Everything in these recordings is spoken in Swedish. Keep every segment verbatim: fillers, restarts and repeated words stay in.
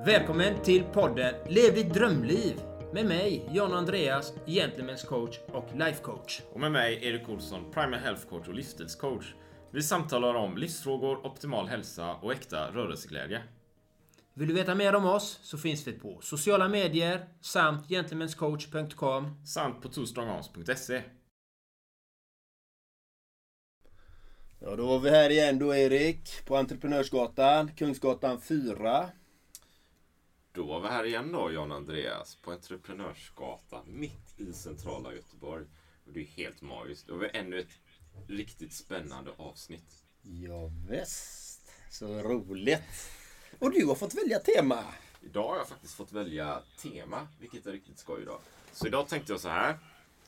Välkommen till podden Lev ditt drömliv med mig, John Andreas, Gentlemen's coach och life coach. Och med mig, Erik Olsson, Primal Health coach och livsstilscoach. Vi samtalar om livsfrågor, optimal hälsa och äkta rörelseglädje. Vill du veta mer om oss så finns vi på sociala medier samt gentlemens coach punkt com samt på two strong arms punkt se. Ja, då var vi här igen då, Erik, på Entreprenörsgatan, Kungsgatan fyra. Då var vi här igen då, John Andreas, på Entreprenörsgatan, mitt i centrala Göteborg. Och det är helt magiskt. Och vi har ännu ett riktigt spännande avsnitt. Ja, visst. Så roligt. Och du har fått välja tema. Idag har jag faktiskt fått välja tema, vilket är riktigt skoj idag. Så idag tänkte jag så här.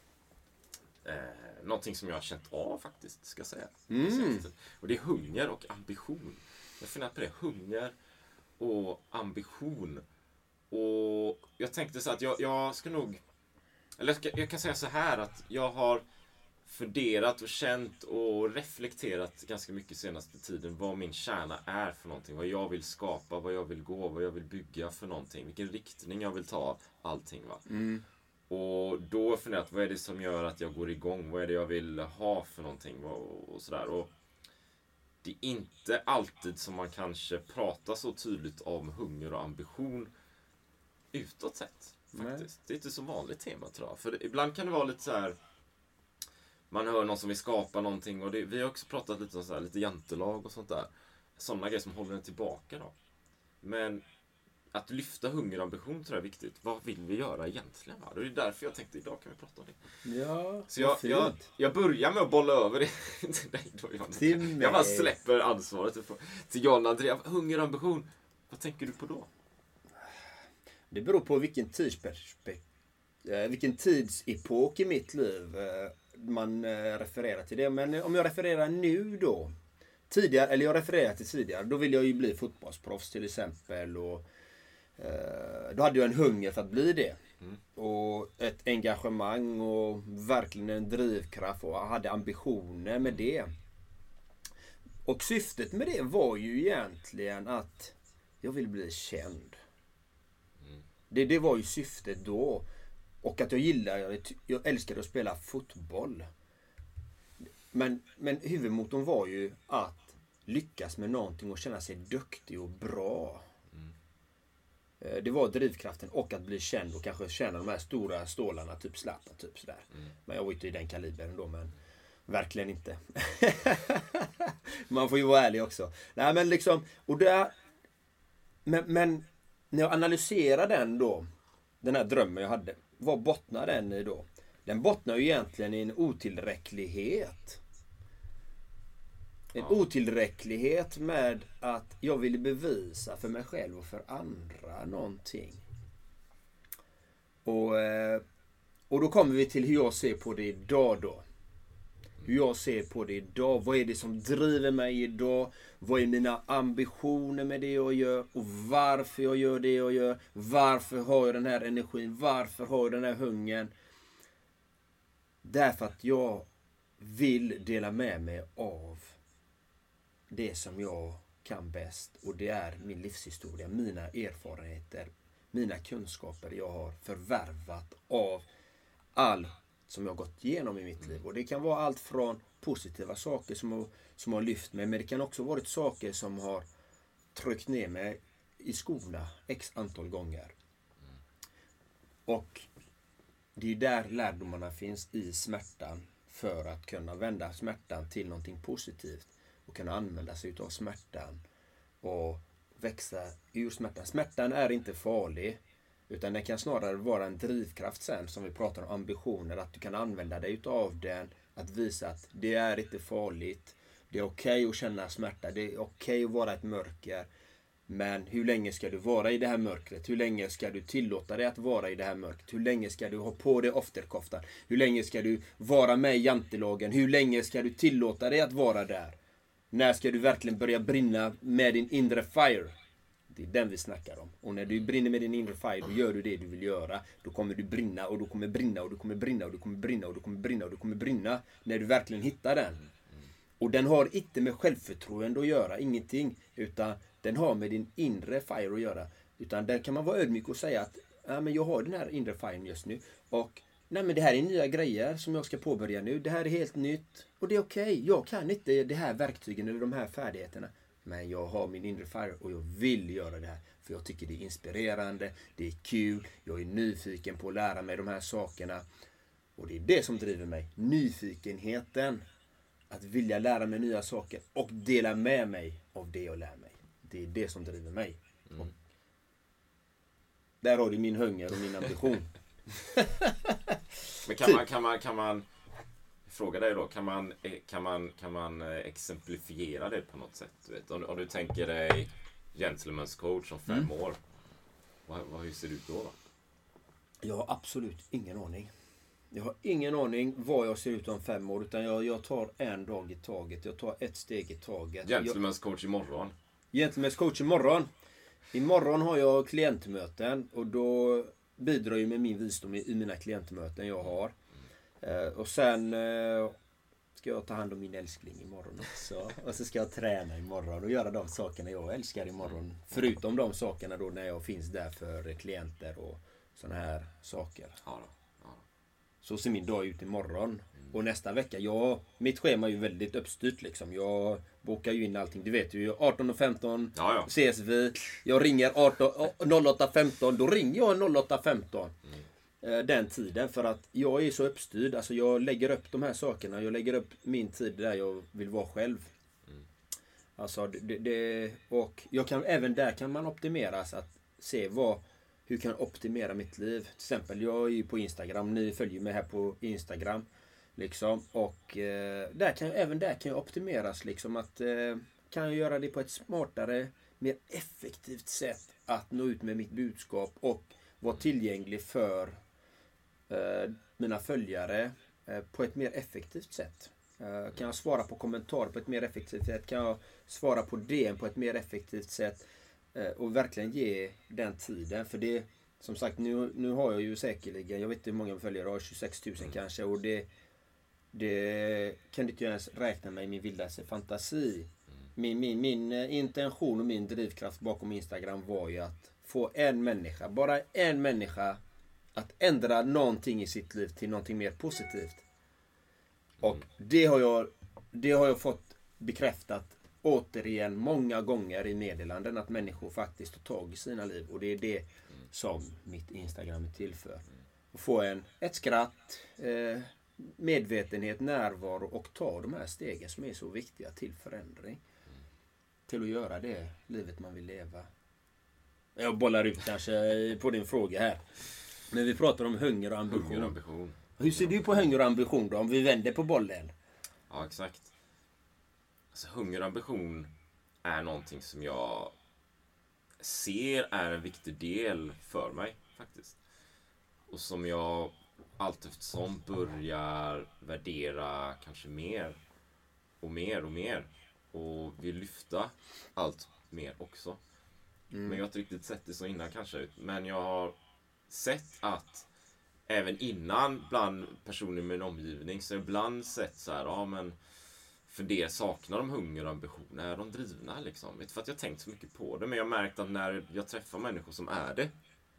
Eh, någonting som jag har känt av faktiskt, ska jag säga. Mm. Och det är hunger och ambition. Jag finner på det, hunger och ambition. Och jag tänkte så att jag, jag ska nog, eller jag, jag kan säga så här att jag har funderat och känt och reflekterat ganska mycket senaste tiden vad min kärna är för någonting, vad jag vill skapa, vad jag vill gå, vad jag vill bygga för någonting, vilken riktning jag vill ta allting, va. Mm. Och då har jag funderat, vad är det som gör att jag går igång, vad är det jag vill ha för någonting och, och sådär. Och det är inte alltid som man kanske pratar så tydligt om hunger och ambition utåt sett, faktiskt. Nej. Det är inte så vanligt tema, tror jag. För det, ibland kan det vara lite så här, man hör någon som vill skapa någonting, och det, vi har också pratat lite om så här, lite jantelag och sånt där. Sådana grejer som håller den tillbaka då. Men att lyfta hunger och ambition tror jag är viktigt. Vad vill vi göra egentligen? Va? Det är därför jag tänkte idag kan vi prata om det. Ja, så jag, jag, jag börjar med att bolla över det till dig då, John. Till jag bara släpper ansvaret till John Andreas. Hunger och ambition, vad tänker du på då? Det beror på vilken tidsperspektiv, vilken tidsepok i mitt liv man refererar till det. Men om jag refererar nu då, tidigare, eller jag refererar till tidigare, då vill jag ju bli fotbollsproffs till exempel. Och då hade jag en hunger för att bli det. Mm. Och ett engagemang och verkligen en drivkraft, och jag hade ambitioner med det. Och syftet med det var ju egentligen att jag ville bli känd. Mm. Det, det var ju syftet då. Och att jag gillar, jag, jag älskade att spela fotboll. Men, men huvudmotorn var ju att lyckas med någonting och känna sig duktig och bra. Mm. Det var drivkraften, och att bli känd och kanske känna de här stora stålarna, typ Zlatan, typ sådär. Mm. Men jag var inte i den kalibern då, men verkligen inte. Man får ju vara ärlig också. Nej, men liksom, och där, men, men när jag analyserar den då, den här drömmen jag hade, vad bottnar den i då? Den bottnar ju egentligen i en otillräcklighet. En ja. otillräcklighet med att jag ville bevisa för mig själv och för andra någonting. Och, och då kommer vi till hur jag ser på det idag då. Hur jag ser på det idag. Vad är det som driver mig idag? Vad är mina ambitioner med det jag gör? Och varför jag gör det jag gör? Varför har jag den här energin? Varför har jag den här hungern? Därför att jag vill dela med mig av det som jag kan bäst. Och det är min livshistoria, mina erfarenheter, mina kunskaper jag har förvärvat av allt som jag har gått igenom i mitt liv. Och det kan vara allt från positiva saker som har, som har lyft mig, men det kan också varit saker som har tryckt ner mig i skorna x antal gånger. Mm. Och det är där lärdomarna finns i smärtan, för att kunna vända smärtan till någonting positivt och kunna använda sig av smärtan och växa ur smärtan. Smärtan är inte farlig, utan det kan snarare vara en drivkraft sen, som vi pratar om ambitioner, att du kan använda dig av den, att visa att det är inte farligt, det är okej okay att känna smärta, det är okej okay att vara ett mörker, men hur länge ska du vara i det här mörkret? Hur länge ska du tillåta dig att vara i det här mörkret? Hur länge ska du ha på dig offerkoftan? Hur länge ska du vara med i jantelagen? Hur länge ska du tillåta dig att vara där? När ska du verkligen börja brinna med din inre fire? Det är den vi snackar om. Och när du brinner med din inre fire, då gör du det du vill göra. Då kommer du brinna, och du kommer brinna, och du kommer brinna, och du kommer brinna, och du kommer brinna, och du kommer brinna. När du verkligen hittar den. Och den har inte med självförtroende att göra, ingenting. Utan den har med din inre fire att göra. Utan där kan man vara ödmjuk och säga att ja, men jag har den här inre firen just nu. Och nej, men det här är nya grejer som jag ska påbörja nu. Det här är helt nytt. Och det är okej. Okay. Jag kan inte det här verktygen eller de här färdigheterna. Men jag har min inre fire och jag vill göra det här. För jag tycker det är inspirerande. Det är kul. Jag är nyfiken på att lära mig de här sakerna. Och det är det som driver mig. Nyfikenheten. Att vilja lära mig nya saker. Och dela med mig av det jag lär mig. Det är det som driver mig. Mm. Och där har du min hunger och min ambition. Men kan man, kan man, kan man fråga dig då, kan man, kan man, kan man exemplifiera det på något sätt? Du vet? Om, om du tänker dig gentleman's coach om fem mm. år, vad, vad, hur ser det ut då, då? Jag har absolut ingen aning. Jag har ingen aning vad jag ser ut om fem år, utan jag, jag tar en dag i taget. Jag tar ett steg i taget. Gentleman's coach imorgon. Gentleman's coach imorgon. Imorgon har jag klientmöten och då bidrar ju med min visdom i, i mina klientmöten jag har. Eh, och sen eh, ska jag ta hand om min älskling imorgon också. Och så ska jag träna imorgon och göra de sakerna jag älskar imorgon. Förutom de sakerna då när jag finns där för klienter och såna här saker. Ja då. Ja. Så ser min dag ut imorgon. Mm. Och nästa vecka, ja, mitt schema är ju väldigt uppstyrt liksom. Jag bokar ju in allting, du vet ju, arton och femton ja, ja. ses vi. Jag ringer arton, åtta femton, då ringer jag åtta femton. Mm. Den tiden, för att jag är så uppstyrd. Alltså jag lägger upp de här sakerna, jag lägger upp min tid där jag vill vara själv. Mm. Alltså det, det, och jag kan, även där kan man optimeras att se vad, hur kan jag optimera mitt liv. Till exempel, jag är ju på Instagram, ni följer mig här på Instagram. Liksom. Och eh, där kan, även där kan jag optimeras. Liksom, att, eh, kan jag göra det på ett smartare, mer effektivt sätt att nå ut med mitt budskap och vara tillgänglig för eh, mina följare eh, på ett mer effektivt sätt. Eh, kan jag svara på kommentarer på ett mer effektivt sätt? Kan jag svara på D M på ett mer effektivt sätt? Eh, och verkligen ge den tiden. För det, som sagt, nu, nu har jag ju säkerligen, jag vet inte hur många följare jag har, tjugosex tusen mm. kanske. Och det Det kan du inte ens räkna med i min vildaste fantasi. Min, min, min intention och min drivkraft bakom Instagram var ju att få en människa, bara en människa, att ändra någonting i sitt liv till någonting mer positivt. Och det har jag, det har jag fått bekräftat återigen många gånger i meddelanden, att människor faktiskt tar tag i sina liv. Och det är det som mitt Instagram är till för. Att få en, ett skratt, eh, medvetenhet, närvaro och ta de här stegen som är så viktiga till förändring. Mm. Till att göra det livet man vill leva. Jag bollar ut kanske på din fråga här. Men vi pratar om hunger och ambition. Hunger och ambition. Hur ser du på hunger och ambition då, om vi vänder på bollen? Ja, exakt. Alltså, hunger och ambition är någonting som jag ser är en viktig del för mig faktiskt. Och som jag allt eftersom börjar värdera kanske mer och mer och mer och vill lyfta allt mer också. Mm. Men jag har inte riktigt sett det så innan kanske. Men jag har sett att även innan bland personer med en omgivning så ibland sett så här, ja men för det saknar de hunger och ambition, är de drivna liksom. Vet, för att jag har tänkt så mycket på det, men jag har märkt att när jag träffar människor som är det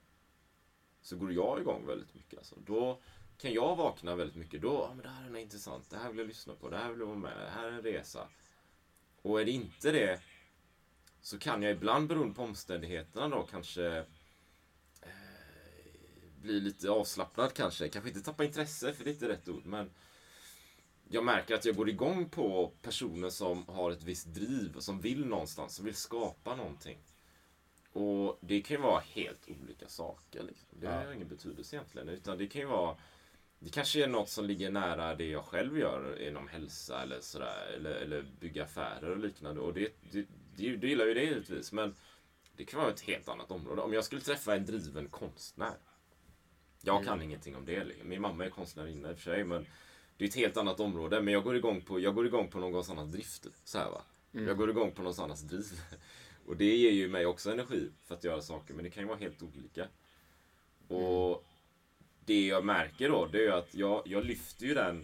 så går jag igång väldigt mycket. Alltså. Då kan jag vakna väldigt mycket. Då, ja, men det här är intressant. Det här vill jag lyssna på. Det här vill jag vara med. Det här är en resa. Och är det inte det så kan jag ibland, beroende på omständigheterna då, kanske eh, bli lite avslappnad kanske. Kanske inte tappa intresse, för det är inte rätt ord. Men jag märker att jag går igång på personer som har ett visst driv och som vill någonstans, som vill skapa någonting. Och det kan ju vara helt olika saker. Liksom. Det har ja. ingen betydelse egentligen. Utan det kan ju vara, det kanske är något som ligger nära det jag själv gör inom hälsa eller sådär. Eller, eller bygga affärer och liknande. Och det, det, det, det gillar ju det givetvis. Men det kan vara ett helt annat område. Om jag skulle träffa en driven konstnär. Jag mm. kan ingenting om det. Min mamma är konstnärinna i och för sig. Men det är ett helt annat område. Men jag går igång på, jag går igång på någon annans drift. Så här, va? Mm. Jag går igång på någon annans driv. Och det ger ju mig också energi för att göra saker. Men det kan ju vara helt olika. Och mm. det jag märker då, det är ju att jag, jag lyfter ju den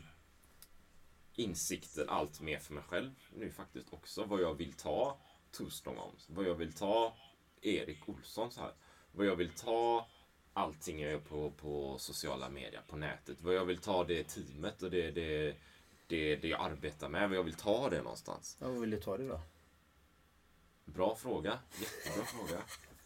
insikten allt mer för mig själv nu faktiskt också. Vad jag vill ta Toaststrong om. Vad jag vill ta Erik Olsson så här. vad jag vill ta allting jag gör på, på sociala medier, på nätet. Vad jag vill ta det teamet och det, det, det, det jag arbetar med. Vad jag vill ta det någonstans. Ja, vad vill du ta det då? Bra fråga. Jättebra fråga.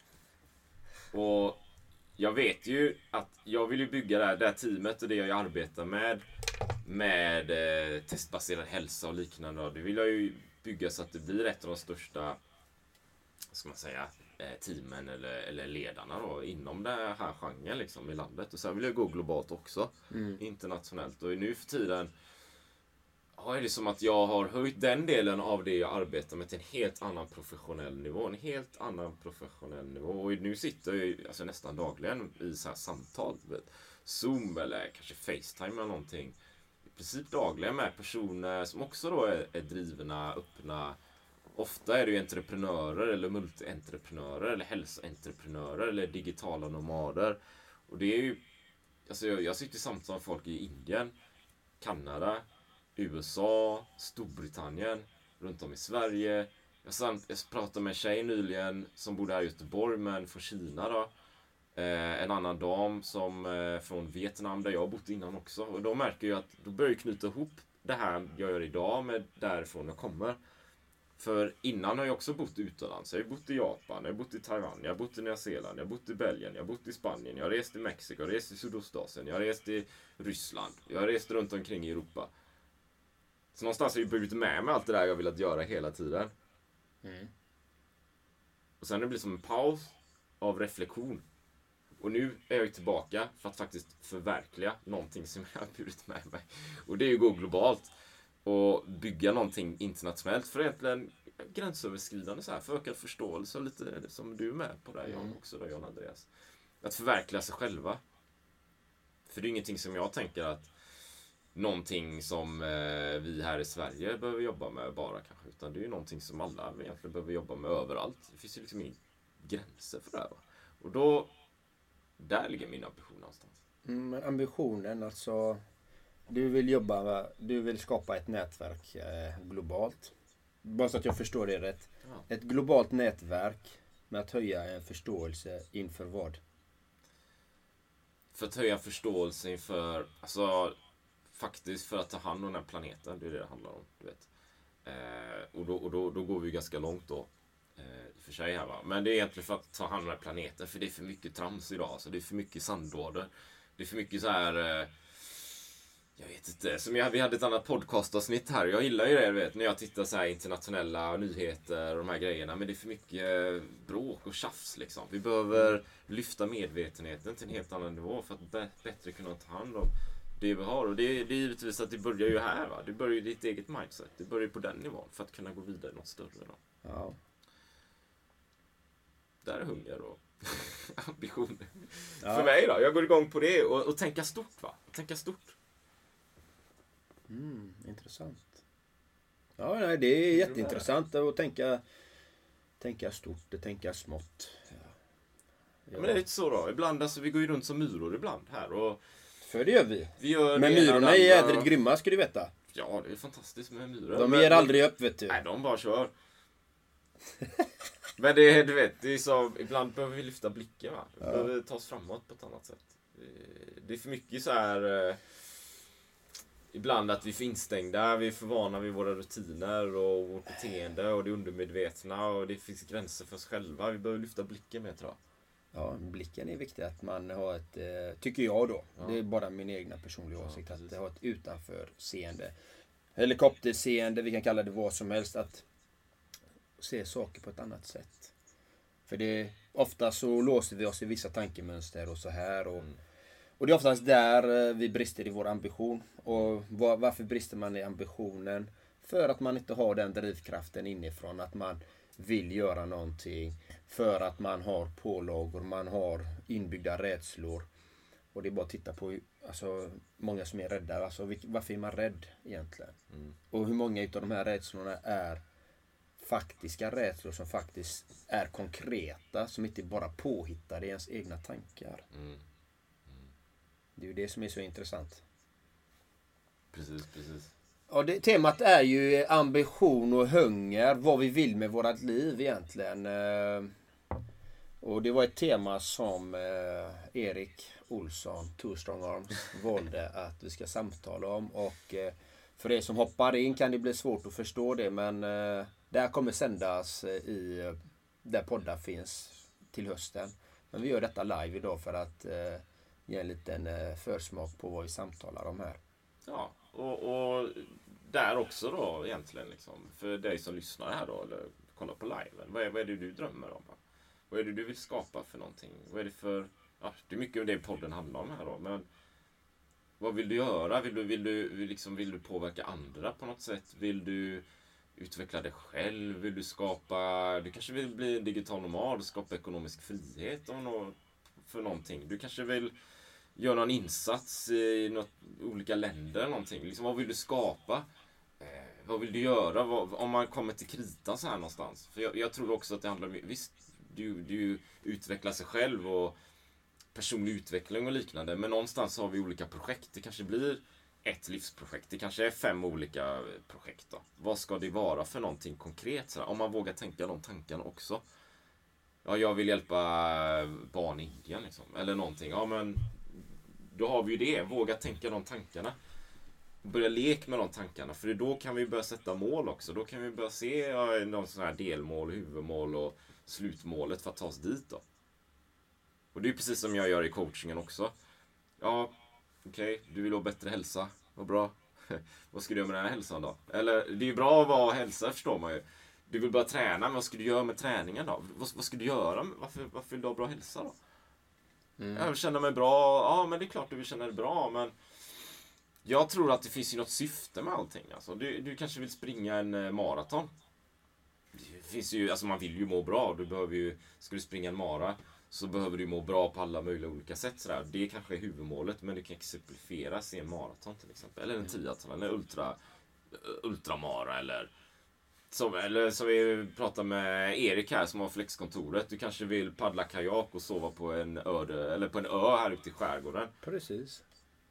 Och jag vet ju att jag vill ju bygga det här, det här teamet och det jag arbetar med. Med eh, testbaserad hälsa och liknande. Det vill jag ju bygga så att det blir ett av de största, ska man säga, teamen eller, eller ledarna då, inom den här genren liksom, i landet. Och sen vill jag gå globalt också. Mm. Internationellt. Och nu för tiden ja, är det som att jag har höjt den delen av det jag arbetar med till en helt annan professionell nivå. En helt annan professionell nivå. Och nu sitter jag alltså, nästan dagligen i så här samtal. Vet, Zoom eller kanske FaceTime eller någonting. I princip dagligen med personer som också då är, är drivna, öppna. Ofta är det ju entreprenörer eller multi-entreprenörer eller hälsoentreprenörer eller digitala nomader. Och det är ju, alltså jag, jag sitter i samtal med folk i Indien, Kanada, U S A, Storbritannien, runt om i Sverige. Jag, samt, jag pratade med en tjej nyligen som bodde här i Göteborg, men från Kina då. Eh, en annan dam som eh, från Vietnam där jag har bott innan också. Och då märker jag att då börjar jag knyta ihop det här jag gör idag med därifrån jag kommer. För innan har jag också bott utomlands. Jag har bott i Japan, jag har bott i Taiwan, jag har bott i Nya Zeeland, jag har bott i Belgien, jag har bott i Spanien, jag har rest i Mexiko, jag har rest i Sydostasien, jag har rest i Ryssland, jag har rest runt omkring i Europa. Så någonstans har jag burit med mig allt det där jag velat göra hela tiden. Mm. Och sen har det blivit som en paus av reflektion. Och nu är jag tillbaka för att faktiskt förverkliga någonting som jag har burit med mig. Och det är ju gå globalt. Och bygga någonting internationellt för egentligen gränsöverskridande så här, för ökad förståelse och lite som du är med på där, jag också då, John Andreas. Att förverkliga sig själva. För det är ingenting som jag tänker att någonting som eh, vi här i Sverige behöver jobba med bara kanske, utan det är ju någonting som alla egentligen behöver jobba med överallt. Det finns ju liksom inga gränser för det här, va? Och då, där ligger min ambition någonstans. Mm, ambitionen alltså, du vill jobba, du vill skapa ett nätverk eh, globalt. Bara så att jag förstår det rätt. Ja. Ett globalt nätverk med att höja en förståelse inför vad? För att höja förståelse inför, alltså faktiskt för att ta hand om den här planeten, det är det det handlar om, du vet. Eh, och då, och då, då går vi ganska långt då, eh, för sig här, va. Men det är egentligen för att ta hand om den här planeten, för det är för mycket trams idag, så det är för mycket sandlådor. Det är för mycket så här, eh, jag vet inte, som jag, vi hade ett annat podcastavsnitt här, jag gillar ju det, du vet, när jag tittar så här internationella nyheter och de här grejerna, men det är för mycket bråk och tjafs liksom. Vi behöver lyfta medvetenheten till en helt annan nivå för att b- bättre kunna ta hand om det vi har. Och det, det är givetvis att det börjar ju här, va? Det börjar ju ditt eget mindset. Det börjar ju på den nivån för att kunna gå vidare något större då. Ja. Där är hunger och ambitioner. Ja. För mig då, jag går igång på det och, och tänka stort, va? Tänka stort. Mm, intressant. Ja, nej, det är jätteintressant att tänka, tänka stort och tänka smått. Ja. Ja. Men det är lite så då. Ibland, alltså, vi går ju runt som myror ibland här och för det gör vi. vi gör men myrorna är jädrigt grymma, ska du veta. Ja, det är fantastiskt med myror. De men, ger aldrig upp, vet du. Nej, de bara kör. Men det är, du vet, det är så, ibland behöver vi lyfta blicken, va? Vi ja. behöver ta oss framåt på ett annat sätt. Det är för mycket så här, eh, ibland att vi är för instängda, vi är för vana vid våra rutiner och vårt beteende och det undermedvetna och det finns gränser för oss själva. Vi behöver lyfta blicken med, tror jag. Ja, blicken är viktig, att man har ett, eh, tycker jag då, ja. Det är bara min egna personliga åsikt, ja, att det har ett utanförseende, helikopterseende, vi kan kalla det vad som helst, att se saker på ett annat sätt. För det, ofta så låser vi oss i vissa tankemönster och så här och, mm. och det är oftast där vi brister i vår ambition. Och var, varför brister man i ambitionen? För att man inte har den drivkraften inifrån, att man vill göra någonting, för att man har pålagor, man har inbyggda rädslor. Och det är bara att titta på, alltså, många som är rädda. Alltså, varför är man rädd egentligen? Mm. Och hur många av de här rädslorna är faktiska rädslor som faktiskt är konkreta, som inte bara påhittade i ens egna tankar. Mm. Mm. Det är ju det som är så intressant. Precis, precis. Ja, det, temat är ju ambition och hunger, vad vi vill med vårat liv egentligen. Och det var ett tema som eh, Erik Olsson, Two Strong Arms, valde att vi ska samtala om. Och eh, för er som hoppar in kan det bli svårt att förstå det, men eh, det här kommer sändas i eh, där poddar finns till hösten. Men vi gör detta live idag för att eh, ge en liten eh, försmak på vad vi samtalar om här. Ja, och, och där också då egentligen liksom, för dig som lyssnar här då, eller kollar på liven, vad är, vad är det du drömmer om? Va? Vad är det du vill skapa för någonting? Vad är det för, ja, det är mycket av det podden handlar om här då, men vad vill du göra? Vill du, vill du, vill liksom, vill du påverka andra på något sätt? Vill du utveckla dig själv? Vill du skapa, du kanske vill bli en digital nomad, skapa ekonomisk frihet om något, för någonting. Du kanske vill göra någon insats i något, olika länder eller någonting. Liksom, vad vill du skapa? Eh, vad vill du göra? Vad, om man kommer till kritan så här någonstans. För jag, jag tror också att det handlar om, visst, du, du utvecklar sig själv och personlig utveckling och liknande. Men någonstans har vi olika projekt. Det kanske blir ett livsprojekt. Det kanske är fem olika projekt då. Vad ska det vara för någonting konkret? Så här, om man vågar tänka de tankarna också. Ja, jag vill hjälpa barn i Indien liksom. Eller någonting. Ja, men då har vi ju det. Våga tänka de tankarna. Börja leka med de tankarna. För då kan vi börja sätta mål också. Då kan vi börja se ja, någon sån här delmål, huvudmål och slutmålet för att ta oss dit då. Och det är precis som jag gör i coachingen också. Ja, okej, okay, du vill ha bättre hälsa. Vad bra. Vad ska du göra med den här hälsan då? Eller, det är ju bra att vara hälsa, förstår man ju. Du vill bara träna, men vad ska du göra med träningen då? Vad, vad ska du göra? Varför, varför vill du ha bra hälsa då? Mm. Jag vill känna mig bra. Ja, men det är klart du vill känna dig bra, men jag tror att det finns ju något syfte med allting. Alltså, du, du kanske vill springa en maraton. Det finns ju, alltså man vill ju må bra. Du behöver ju, ska du springa en mara så behöver du må bra på alla möjliga olika sätt. Sådär. Det kanske är huvudmålet, men det kan exemplifieras i en maraton till exempel. Eller en triathlon, eller ultra, ultramara, eller som, eller som vi pratar med Erik här som har flexkontoret. Du kanske vill paddla kajak och sova på en ö, eller på en ö här ute i skärgården. Precis.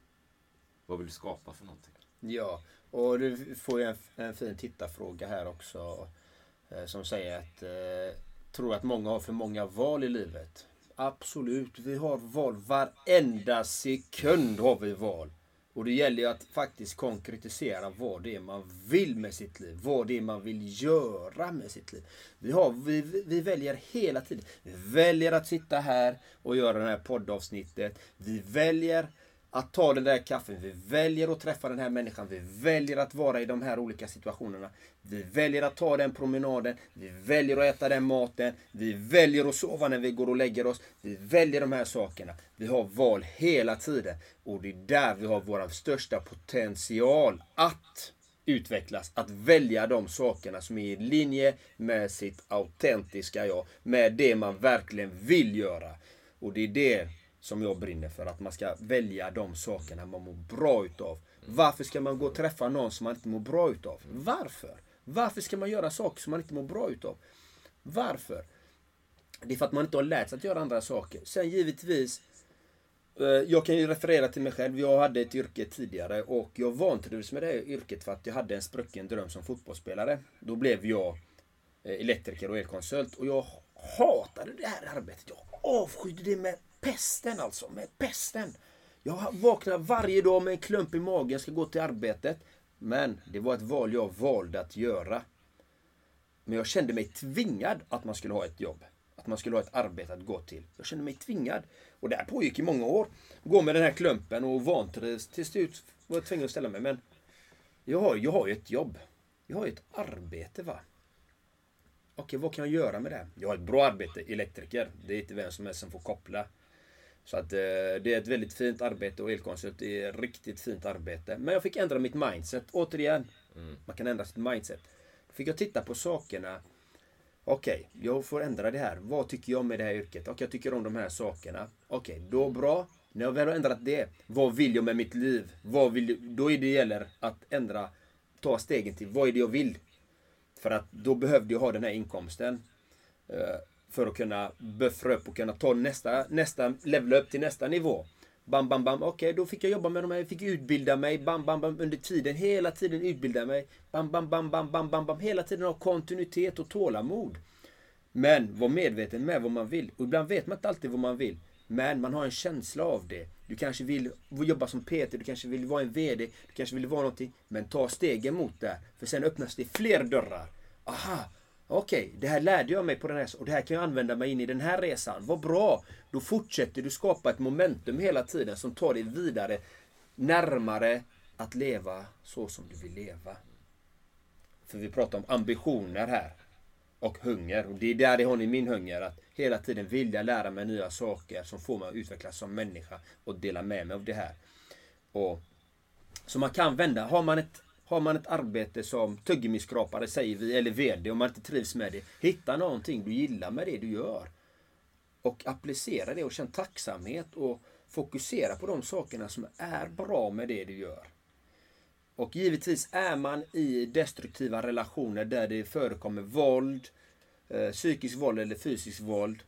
Vad vill du skapa för någonting? Ja, och du får ju en, en fin tittarfråga här också eh, som säger att eh, tror att många har för många val i livet. Absolut, vi har val. Varenda sekund har vi val. Och det gäller ju att faktiskt konkretisera vad det är man vill med sitt liv. Vad det är man vill göra med sitt liv. Vi, har, vi, vi väljer hela tiden. Vi väljer att sitta här och göra det här poddavsnittet. Vi väljer att ta den där kaffen. Vi väljer att träffa den här människan. Vi väljer att vara i de här olika situationerna. Vi väljer att ta den promenaden. Vi väljer att äta den maten. Vi väljer att sova när vi går och lägger oss. Vi väljer de här sakerna. Vi har val hela tiden. Och det är där vi har vår största potential att utvecklas. Att välja de sakerna som är i linje med sitt autentiska jag. Med det man verkligen vill göra. Och det är det som jag brinner för, att man ska välja de sakerna man mår bra utav. Varför ska man gå och träffa någon som man inte mår bra utav? Varför? Varför ska man göra saker som man inte mår bra utav? Varför? Det är för att man inte har lärt sig att göra andra saker. Sen givetvis, jag kan ju referera till mig själv. Jag hade ett yrke tidigare och jag vantrivdes med det yrket för att jag hade en sprucken dröm som fotbollsspelare. Då blev jag elektriker och elkonsult och jag hatade det här arbetet. Jag avskydde det med pesten alltså, med pesten. Jag vaknar varje dag med en klump i magen, jag ska gå till arbetet. Men det var ett val jag valde att göra. Men jag kände mig tvingad att man skulle ha ett jobb. Att man skulle ha ett arbete att gå till. Jag kände mig tvingad. Och det här pågick i många år. Gå med den här klumpen och vantrivs. Till slut var jag tvingad att ställa mig. Men jag har, jag har ju ett jobb. Jag har ju ett arbete, va? Okej, vad kan jag göra med det? Jag har ett bra arbete, elektriker. Det är inte vem som helst som får koppla. Så att eh, det är ett väldigt fint arbete och elkonsult är ett riktigt fint arbete. Men jag fick ändra mitt mindset. Återigen, mm. man kan ändra sitt mindset. Då fick jag titta på sakerna. Okej, okay, jag får ändra det här. Vad tycker jag med det här yrket? Okej, okay, jag tycker om de här sakerna. Okej, okay, då bra. När jag väl har ändrat det, vad vill jag med mitt liv? Vad vill, då är det gäller att ändra, ta stegen till vad är det jag vill? För att då behövde jag ha den här inkomsten. Uh, För att kunna buffra upp och kunna ta nästa, nästa level upp till nästa nivå. Bam, bam, bam. Okej, okay, då fick jag jobba med de här. Jag fick utbilda mig. Bam, bam, bam. Under tiden. Hela tiden utbilda mig. Bam, bam, bam, bam, bam, bam, bam. Hela tiden ha kontinuitet och tålamod. Men var medveten med vad man vill. Och ibland vet man inte alltid vad man vill. Men man har en känsla av det. Du kanske vill jobba som P T, du kanske vill vara en V D, du kanske vill vara någonting. Men ta stegen mot det. För sen öppnas det fler dörrar. Aha, okej, okay, det här lärde jag mig på den här och det här kan jag använda mig in i den här resan. Vad bra! Då fortsätter du skapa ett momentum hela tiden som tar dig vidare, närmare att leva så som du vill leva. För vi pratar om ambitioner här. Och hunger. Och det är där det har ni min hunger. Att hela tiden vilja lära mig nya saker som får mig att utvecklas som människa. Och dela med mig av det här. Och, så man kan vända. Har man ett, har man ett arbete som tuggummiskrapare säger vi. Eller V D. Om man inte trivs med det. Hitta någonting du gillar med det du gör. Och applicera det och känn tacksamhet. Och fokusera på de sakerna som är bra med det du gör. Och givetvis är man i destruktiva relationer där det förekommer våld, eh, psykisk våld eller fysisk våld.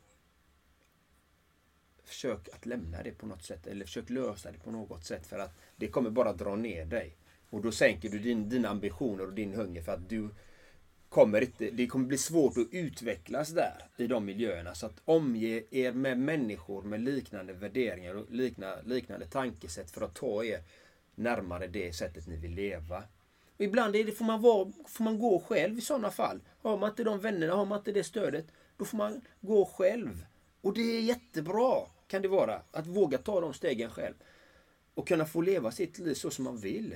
Försök att lämna det på något sätt eller försök lösa det på något sätt för att det kommer bara dra ner dig. Och då sänker du din, dina ambitioner och din hunger för att du kommer inte, det kommer bli svårt att utvecklas där i de miljöerna. Så att omge er med människor med liknande värderingar och likna, liknande tankesätt för att ta er närmare det sättet ni vill leva. Och ibland är det, får, man vara, får man gå själv i sådana fall. Har man inte de vännerna, har man inte det stödet, då får man gå själv. Och det är jättebra, kan det vara, att våga ta de stegen själv. Och kunna få leva sitt liv så som man vill.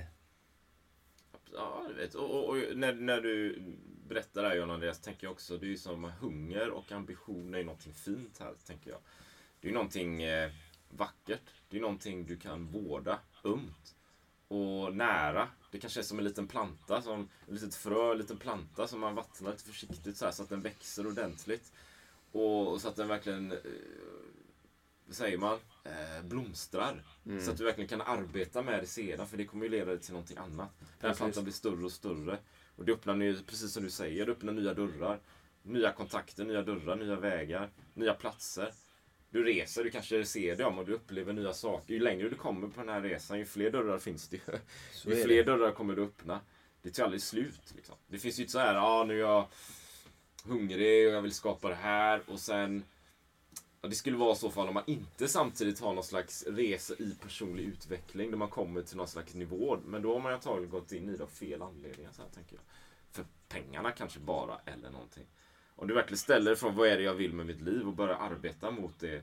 Ja, du vet. Och, och, och när, när du berättar det här, John Andreas, tänker jag också, det är ju som hunger och ambitioner är någonting fint här, tänker jag. Det är någonting eh, vackert. Det är någonting du kan vårda ömt och nära. Det kanske är som en liten planta, som en litet frö, en liten planta som man vattnar lite försiktigt så här, så att den växer ordentligt. Och, och så att den verkligen, eh, vad säger man, eh, blomstrar. Mm. Så att du verkligen kan arbeta med det sedan, för det kommer ju leda dig till någonting annat. Den här plantan blir större och större. Och det öppnar nu, precis som du säger, det öppnar nya dörrar. Nya kontakter, nya dörrar, nya vägar, nya platser. Du reser, du kanske ser dem och du upplever nya saker. Ju längre du kommer på den här resan, ju fler dörrar finns det ju. Så ju fler det. dörrar kommer du öppna. Det tar aldrig slut. Liksom. Det finns ju inte så här, ja ah, nu är jag hungrig och jag vill skapa det här. Och sen, ja, det skulle vara så fall om man inte samtidigt har någon slags resa i personlig utveckling. Där man kommer till någon slags nivå. Men då har man antagligen gått in i det av fel anledningar, så här tänker jag. För pengarna kanske bara, eller någonting. Om du verkligen ställer från vad är det jag vill med mitt liv och börjar arbeta mot det,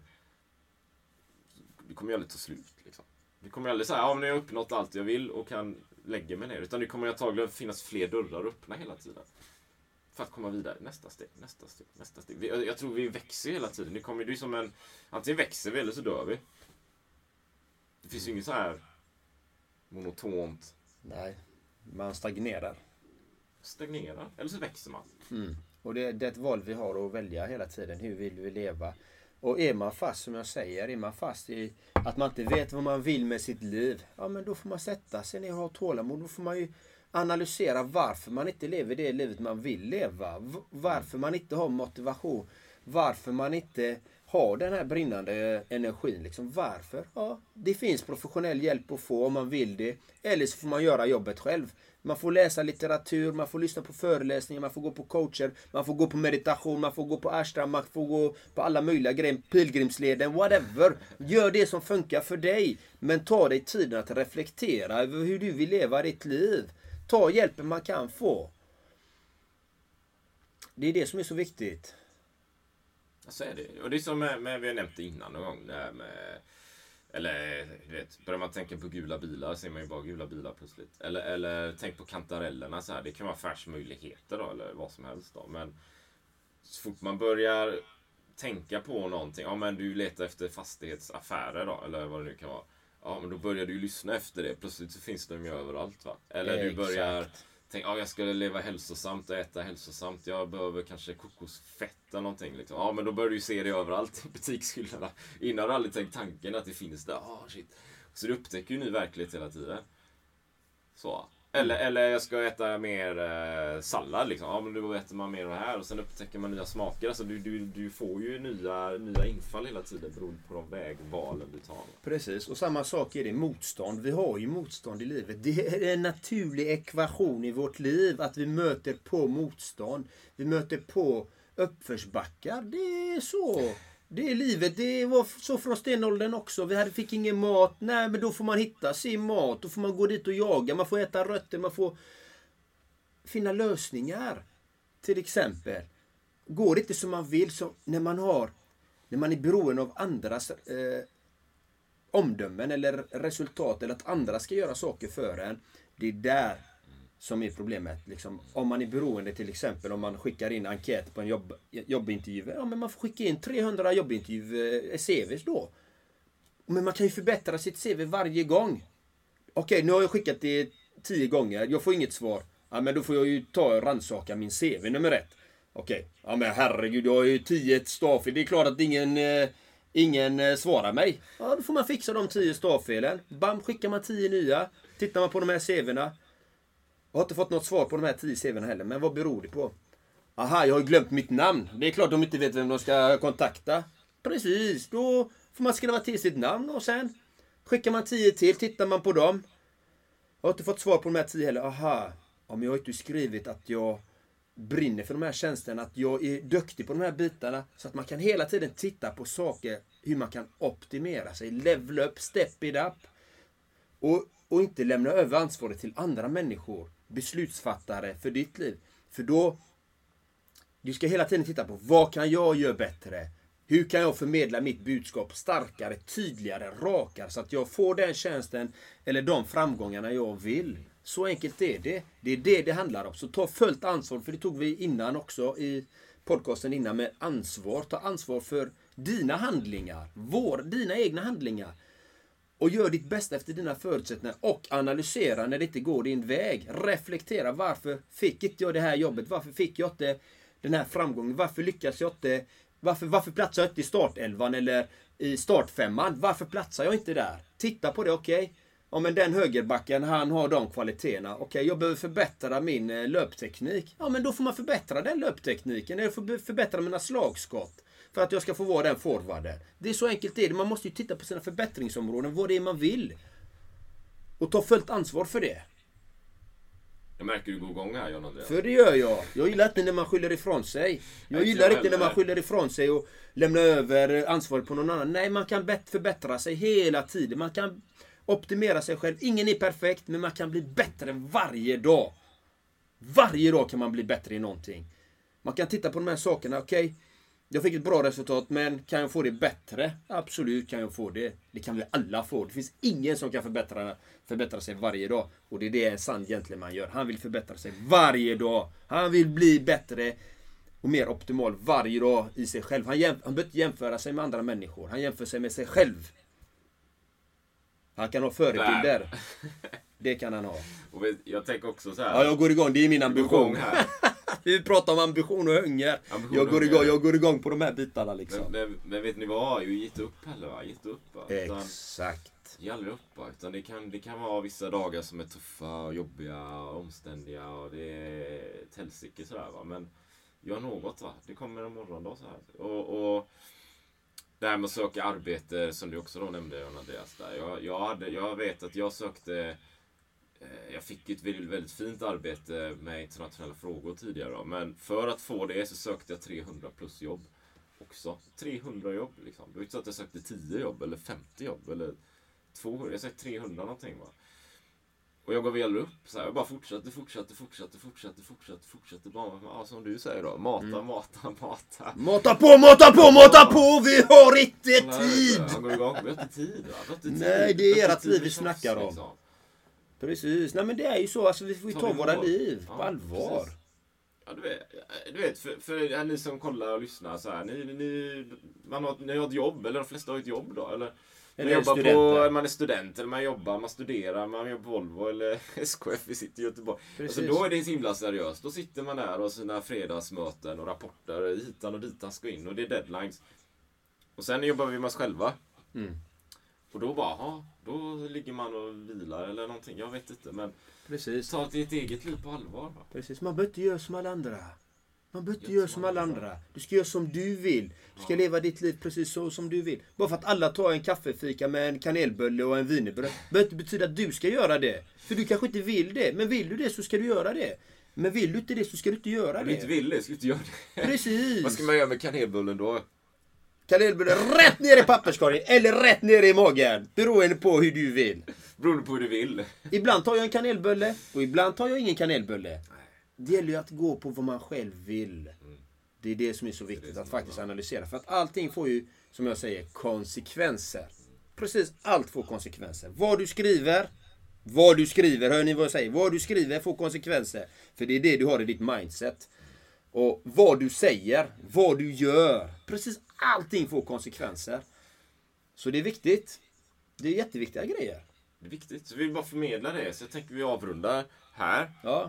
det kommer ju aldrig ta slut. Liksom. Det kommer ju aldrig säga, ja men jag har uppnått allt jag vill och kan lägga mig ner. Utan det kommer ju antagligen finnas fler dörrar öppna hela tiden. För att komma vidare. Nästa steg, nästa steg, nästa steg. Vi, jag tror vi växer hela tiden. Det kommer ju som en, antingen växer vi eller så dör vi. Det finns ju inget så här monotont. Nej, man stagnerar. Stagnerar, eller så växer man. Mm. Och det, det är ett val vi har att välja hela tiden. Hur vill vi leva? Och är man fast, som jag säger, är man fast i att man inte vet vad man vill med sitt liv. Ja, men då får man sätta sig ner och ha tålamod. Då får man ju analysera varför man inte lever det livet man vill leva. Varför man inte har motivation. Varför man inte har den här brinnande energin. Liksom. Varför? Ja, det finns professionell hjälp att få om man vill det. Eller så får man göra jobbet själv. Man får läsa litteratur, man får lyssna på föreläsningar, man får gå på coacher, man får gå på meditation, man får gå på ashram, man får gå på alla möjliga grejer, pilgrimsleden, whatever. Gör det som funkar för dig, men ta dig tiden att reflektera över hur du vill leva ditt liv. Ta hjälpen man kan få. Det är det som är så viktigt. Så är det. Och det är som med, med vi har nämnt det innan någon gång, det här med, eller du vet, börjar man tänka på gula bilar ser man ju bara gula bilar plötsligt. Eller, eller tänk på kantarellerna så här. Det kan vara affärsmöjligheter då, eller vad som helst då. Men så fort man börjar tänka på någonting, ja men du letar efter fastighetsaffärer då, eller vad det nu kan vara. Ja men då börjar du lyssna efter det. Plötsligt så finns de ju överallt va. Eller du börjar tänka, ja jag ska leva hälsosamt och äta hälsosamt. Jag behöver kanske kokosfett eller någonting liksom. Ja men då börjar du ju se det överallt i butikshyllorna. Innan har du aldrig tänkt tanken att det finns där. Ah shit. Så du upptäcker ju ny verklighet hela tiden. Så. Eller, eller jag ska äta mer eh, sallad liksom. Ja men då äter man mer av det här och sen upptäcker man nya smaker. Alltså du, du, du får ju nya, nya infall hela tiden beroende på de vägvalen du tar. Precis, och samma sak är det motstånd. Vi har ju motstånd i livet. Det är en naturlig ekvation i vårt liv att vi möter på motstånd. Vi möter på uppförsbackar. Det är så. Det är livet. Det var så från stenåldern också. Vi hade, fick ingen mat. Nej, men då får man hitta sin mat. Då får man gå dit och jaga. Man får äta rötter. Man får finna lösningar. Till exempel. Går det inte som man vill, så när man har när man är beroende av andras eh, omdömen eller resultat, eller att andra ska göra saker för en. Det är där som är problemet. Liksom, om man är beroende, till exempel om man skickar in enkät på en jobb, jobbintervju. Ja, men man får skicka in trehundra jobbintervju C Vs då. Men man kan ju förbättra sitt C V varje gång. Okej, nu har jag skickat det tio gånger. Jag får inget svar. Ja, men då får jag ju ta och rannsaka min C V nummer ett. Okej, ja men herregud, jag har ju tio stavfel. Det är klart att ingen, eh, ingen eh, svarar mig. Ja, då får man fixa de tio stavfelen. Bam, skickar man tio nya. Tittar man på de här C V:na. Jag har inte fått något svar på de här tio C V:na heller. Men vad beror det på? Aha, jag har glömt mitt namn. Det är klart de inte vet vem de ska kontakta. Precis, då får man skriva till sitt namn. Och sen skickar man tio till. Tittar man på dem. Jag har inte fått svar på de här tio heller. Aha, om jag har inte skrivit att jag brinner för de här tjänsterna, att jag är duktig på de här bitarna, så att man kan hela tiden titta på saker, hur man kan optimera sig, level up, step it up, och, och inte lämna över ansvaret till andra människor, beslutsfattare för ditt liv. För då, du ska hela tiden titta på, vad kan jag göra bättre? Hur kan jag förmedla mitt budskap starkare, tydligare, rakare, så att jag får den tjänsten eller de framgångarna jag vill. Så enkelt är det. Det är det det handlar om. Så ta fullt ansvar, för det tog vi innan också i podcasten innan, med ansvar. Ta ansvar för dina handlingar, vår, dina egna handlingar. Och gör ditt bästa efter dina förutsättningar, och analysera när det inte går din väg. Reflektera, varför fick inte jag det här jobbet? Varför fick jag inte den här framgången? Varför lyckas jag inte? Varför, varför platsar jag inte i startelvan eller i startfemman? Varför platsar jag inte där? Titta på det, okej. Okay? Ja, men den högerbacken, han har de kvaliteterna. Okej, okay, jag behöver förbättra min eh, löpteknik. Ja, men då får man förbättra den löptekniken. Eller för, förbättra mina slagskott. För att jag ska få vara den forwarden. Det är så enkelt det är. Man måste ju titta på sina förbättringsområden. Vad det är man vill. Och ta fullt ansvar för det. Jag märker du går igång här, John Andreas. För det gör jag. Jag gillar inte när man skyller ifrån sig. Jag Nej, gillar jag inte när man skyller ifrån sig och lämnar över ansvaret på någon annan. Nej, man kan bättre förbättra sig hela tiden. Man kan optimera sig själv. Ingen är perfekt, men man kan bli bättre varje dag. Varje dag kan man bli bättre i någonting. Man kan titta på de här sakerna. Okej, okay, jag fick ett bra resultat, men kan jag få det bättre? Absolut kan jag få det. Det kan vi alla få. Det finns ingen som kan förbättra, förbättra sig varje dag. Och det är det en sann gentleman gör. Han vill förbättra sig varje dag. Han vill bli bättre och mer optimal varje dag i sig själv. Han, jämf- han behöver inte jämföra sig med andra människor. Han jämför sig med sig själv. Han kan ha förebilder. Det kan han ha. Och jag tänker också så här. Ja, jag går igång. Det är min ambition här. Vi pratar om ambition och hunger. Ambition jag, går och igång, jag går igång på de här bitarna liksom. Men, men, men vet ni vad? Jag har ju gett upp heller va? Gett upp va? Utan, Exakt. Ge aldrig upp va? Utan det kan, det kan vara vissa dagar som är tuffa och jobbiga och omständiga. Och det är ett helsike sådär va. Men gör något va? Det kommer en morgondag så här. Och... och det här med att söka arbete, som du också då nämnde, John Andreas, där. Jag, jag, hade, jag vet att jag sökte, eh, jag fick ett väldigt, väldigt fint arbete med internationella frågor tidigare då. Men för att få det så sökte jag trehundra plus jobb också. trehundra jobb liksom. Det var inte så att jag sökte tio jobb eller femtio jobb eller tvåhundra. Jag sökte trehundra någonting va. Och jag gav väl upp så här. Jag bara fortsatte, fortsatte, fortsatte, fortsatte, fortsatte, fortsatte. Bara, ja, som du säger då. Mata, mm. mata, mata. Mata på, mata på, mata på! Vi har inte tid! Han går igång. Vi har inte tid, va? Vi har inte tid. Nej, det är ert liv vi snackar om. Liksom. Precis. Nej, men det är ju så. Alltså, vi får ju ta våra liv på ja, allvar. Precis. Ja, du vet, du vet för, för ni som kollar och lyssnar så här. Ni, ni, man har, ni har ett jobb, eller de flesta har ett jobb då, eller... Man, jobbar på, man är student eller man jobbar, man studerar, man jobbar på Volvo eller S K F, vi sitter i Göteborg. Alltså då är det så himla seriöst. Då sitter man där och sina fredagsmöten och rapporter hitan och ditan ska in och det är deadlines. Och sen jobbar vi med oss själva. Mm. Och då bara, ja, då ligger man och vilar eller någonting, jag vet inte. Men precis. Ta ditt eget liv på allvar. Va? Precis, man behöver inte göra som alla andra. Man behöver inte göra som alla andra. Du ska göra som du vill. Du ska ja. leva ditt liv precis så som du vill. Bara för att alla tar en kaffefika med en kanelbulle och en wienerbröd behöver inte betyda att du ska göra det. För du kanske inte vill det. Men vill du det så ska du göra det. Men vill du inte det så ska du inte göra Om det. du inte vill det, ska du inte göra det. Precis. Vad ska man göra med kanelbullen då? Kanelbulle rätt ner i papperskorgen eller rätt ner i magen. Beroende på hur du vill. Beroende på hur du vill. Ibland tar jag en kanelbulle och ibland tar jag ingen kanelbulle. Det gäller ju att gå på vad man själv vill. Det är det som är så viktigt att faktiskt analysera. För att allting får ju, som jag säger, konsekvenser. Precis allt får konsekvenser. Vad du skriver, vad du skriver, hör ni vad jag säger? Vad du skriver får konsekvenser. För det är det du har i ditt mindset. Och vad du säger, vad du gör. Precis allting får konsekvenser. Så det är viktigt. Det är jätteviktiga grejer. Det är viktigt. Så vi vill bara förmedla det. Så jag tänker vi avrundar här. Ja.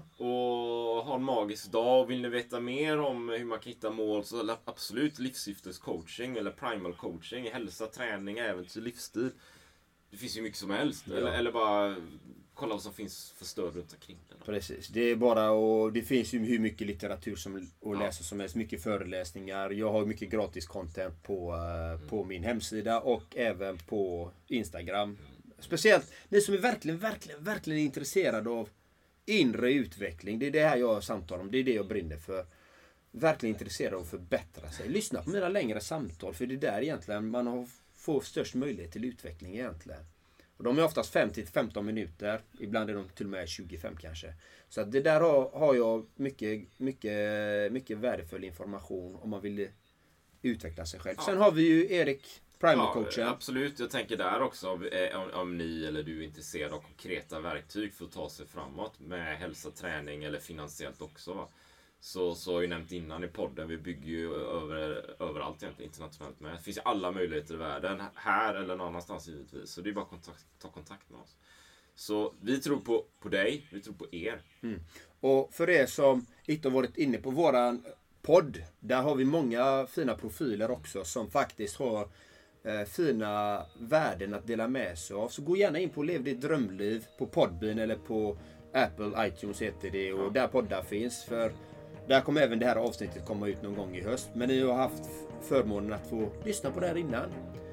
Och ha en magisk dag. Och vill ni veta mer om hur man kan hitta mål så absolut livssyftescoaching eller primal coaching. Hälsa, träning, äventyr, livsstil. Det finns ju mycket som helst. Ja. Eller, eller bara kolla vad som finns för stöd runt omkring det. Precis. Det är bara, och det finns ju hur mycket litteratur som att Ja. läsa som helst. Mycket föreläsningar. Jag har mycket gratis content på, uh, på min hemsida och även på Instagram. Speciellt ni som är verkligen, verkligen, verkligen intresserade av inre utveckling. Det är det här jag samtalar om. Det är det jag brinner för. Verkligen intresserad av att förbättra sig. Lyssna på mina längre samtal. För det är där egentligen man har, får störst möjlighet till utveckling egentligen. Och de är oftast fem till femton minuter. Ibland är de till och med tjugofem kanske. Så att det där har, har jag mycket, mycket, mycket värdefull information om man vill utveckla sig själv. Ja. Sen har vi ju Erik, primal coachen. Ja, absolut. Jag tänker där också om, om ni eller du är intresserad av konkreta verktyg för att ta sig framåt med hälsa, träning eller finansiellt också. Va? Så, så har jag nämnt innan i podden, vi bygger ju över, överallt egentligen internationellt med. Det finns ju alla möjligheter i världen, här eller någon annanstans givetvis. Så det är bara att kontakt, ta kontakt med oss. Så vi tror på, på dig, vi tror på er. Mm. Och för er som inte har varit inne på våran podd, där har vi många fina profiler också som faktiskt har eh, fina värden att dela med sig av. Så gå gärna in på Lev ditt drömliv på Podbean eller på Apple, iTunes heter det, och där poddar finns. För där kommer även det här avsnittet komma ut någon gång i höst. Men ni har haft förmånen att få lyssna på det här innan.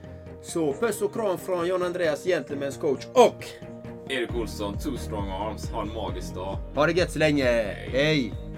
Så puss och kram från John Andreas, Gentlemen's coach, och Erik Olsson, Two Strong Arms. Ha en magisk dag. ha det gött så länge. Hej!